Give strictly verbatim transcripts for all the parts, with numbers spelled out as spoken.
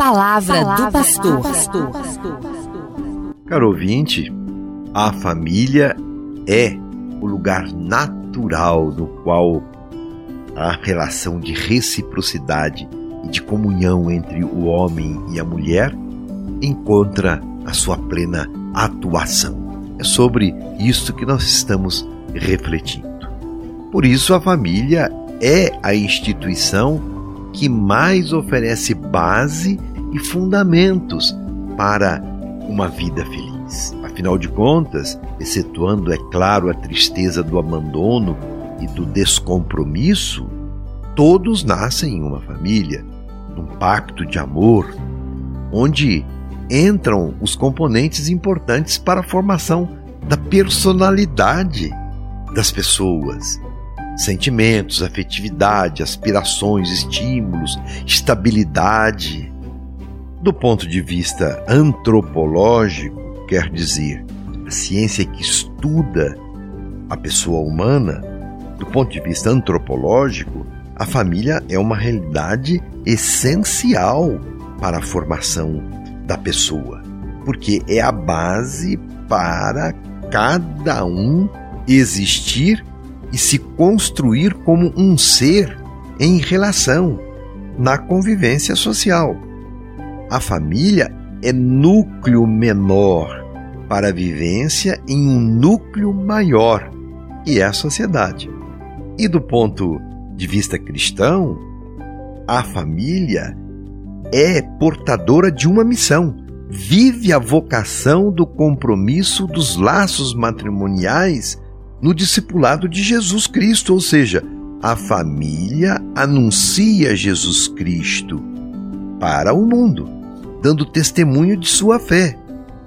Palavra, Palavra do pastor. pastor. Caro ouvinte, a família é o lugar natural no qual a relação de reciprocidade e de comunhão entre o homem e a mulher encontra a sua plena atuação. É sobre isso que nós estamos refletindo. Por isso, a família é a instituição que mais oferece base e fundamentos para uma vida feliz. Afinal de contas, excetuando, é claro, a tristeza do abandono e do descompromisso, todos nascem em uma família, num pacto de amor, onde entram os componentes importantes para a formação da personalidade das pessoas. Sentimentos, afetividade, aspirações, estímulos, estabilidade. Do ponto de vista antropológico, quer dizer, a ciência que estuda a pessoa humana, do ponto de vista antropológico, a família é uma realidade essencial para a formação da pessoa, porque é a base para cada um existir e se construir como um ser em relação, na convivência social. A família é núcleo menor para a vivência em um núcleo maior, que é a sociedade. E do ponto de vista cristão, a família é portadora de uma missão, vive a vocação do compromisso dos laços matrimoniais no discipulado de Jesus Cristo, ou seja, a família anuncia Jesus Cristo para o mundo, dando testemunho de sua fé.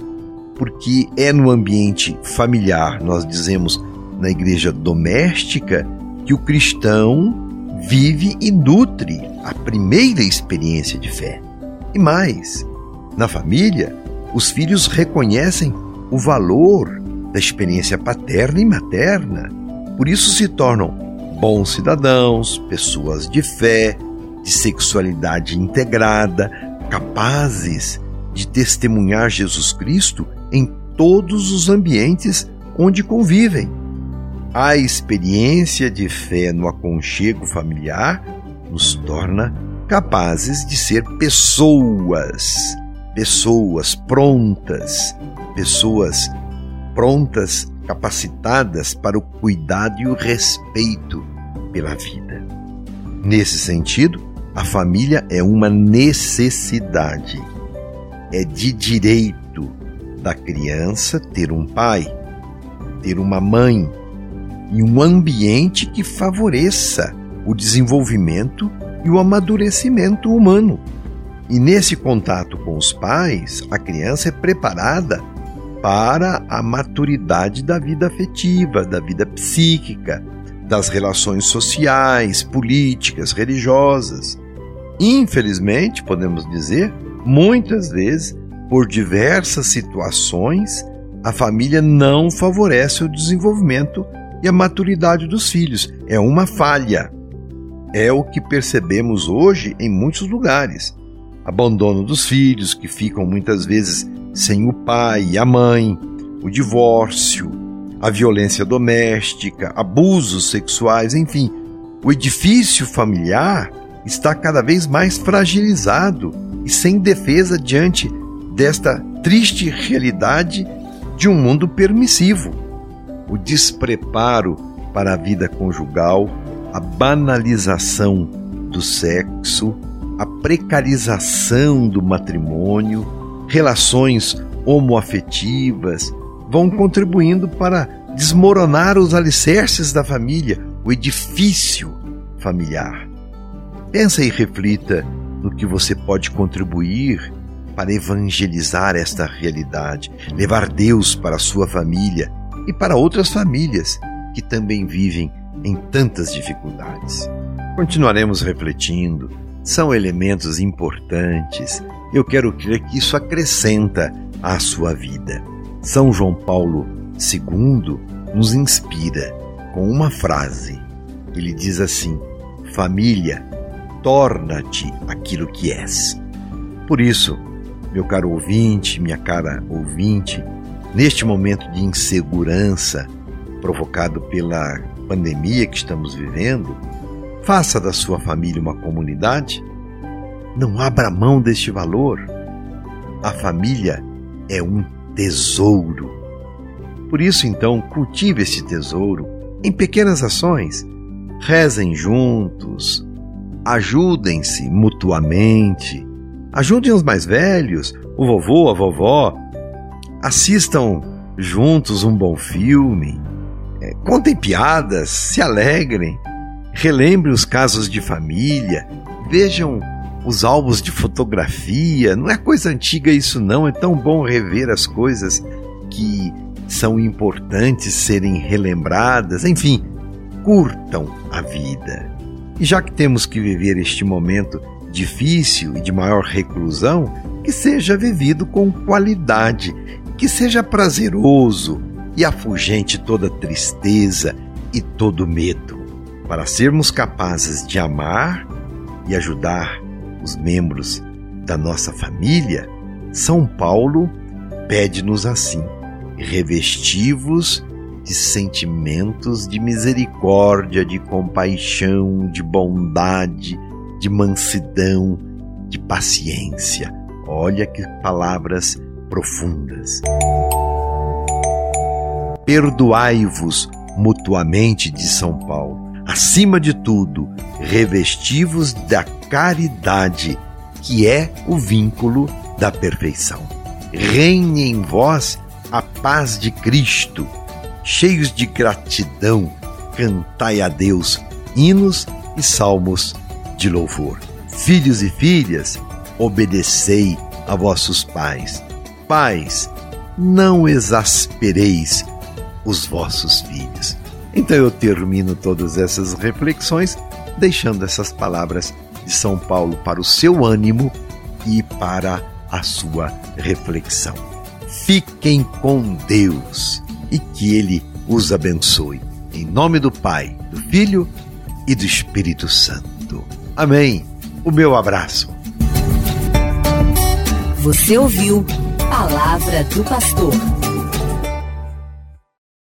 Porque é no ambiente familiar, nós dizemos na igreja doméstica, que o cristão vive e nutre a primeira experiência de fé. E mais, na família, os filhos reconhecem o valor da experiência paterna e materna. Por isso se tornam bons cidadãos, pessoas de fé, de sexualidade integrada, capazes de testemunhar Jesus Cristo em todos os ambientes onde convivem. A experiência de fé no aconchego familiar nos torna capazes de ser pessoas, pessoas prontas, pessoas prontas, capacitadas para o cuidado e o respeito pela vida. Nesse sentido, a família é uma necessidade. É de direito da criança ter um pai, ter uma mãe e um ambiente que favoreça o desenvolvimento e o amadurecimento humano. E nesse contato com os pais, a criança é preparada para a maturidade da vida afetiva, da vida psíquica, das relações sociais, políticas, religiosas. Infelizmente, podemos dizer, muitas vezes, por diversas situações, a família não favorece o desenvolvimento e a maturidade dos filhos. É uma falha. É o que percebemos hoje em muitos lugares. Abandono dos filhos, que ficam muitas vezes sem o pai e a mãe, o divórcio, a violência doméstica, abusos sexuais, enfim. O edifício familiar está cada vez mais fragilizado e sem defesa diante desta triste realidade de um mundo permissivo. O despreparo para a vida conjugal, a banalização do sexo, a precarização do matrimônio, relações homoafetivas vão contribuindo para desmoronar os alicerces da família, o edifício familiar. Pensa e reflita no que você pode contribuir para evangelizar esta realidade, levar Deus para a sua família e para outras famílias que também vivem em tantas dificuldades. Continuaremos refletindo, são elementos importantes. Eu quero crer que isso acrescenta à sua vida. São João Paulo segundo nos inspira com uma frase. Ele diz assim: família, torna-te aquilo que és. Por isso, meu caro ouvinte, minha cara ouvinte, neste momento de insegurança provocado pela pandemia que estamos vivendo, faça da sua família uma comunidade. Não abra mão deste valor. A família é um tesouro. Por isso, então, cultive esse tesouro em pequenas ações. Rezem juntos, ajudem-se mutuamente, ajudem os mais velhos, o vovô, a vovó, assistam juntos um bom filme, é, contem piadas, se alegrem, relembrem os casos de família, vejam os álbuns de fotografia. Não é coisa antiga isso não, é tão bom rever as coisas que são importantes serem relembradas. Enfim, curtam a vida. E já que temos que viver este momento difícil e de maior reclusão, que seja vivido com qualidade, que seja prazeroso e afugente toda tristeza e todo medo, para sermos capazes de amar e ajudar os membros da nossa família. São Paulo pede-nos assim: revesti-vos de sentimentos de misericórdia, de compaixão, de bondade, de mansidão, de paciência. Olha que palavras profundas. Perdoai-vos mutuamente, diz São Paulo. Acima de tudo, revesti-vos da caridade, que é o vínculo da perfeição. Reine em vós a paz de Cristo. Cheios de gratidão, cantai a Deus hinos e salmos de louvor. Filhos e filhas, obedecei a vossos pais. Pais, não exaspereis os vossos filhos. Então eu termino todas essas reflexões deixando essas palavras de São Paulo para o seu ânimo e para a sua reflexão. Fiquem com Deus e que Ele os abençoe. Em nome do Pai, do Filho e do Espírito Santo. Amém. O meu abraço. Você ouviu Palavra do Pastor.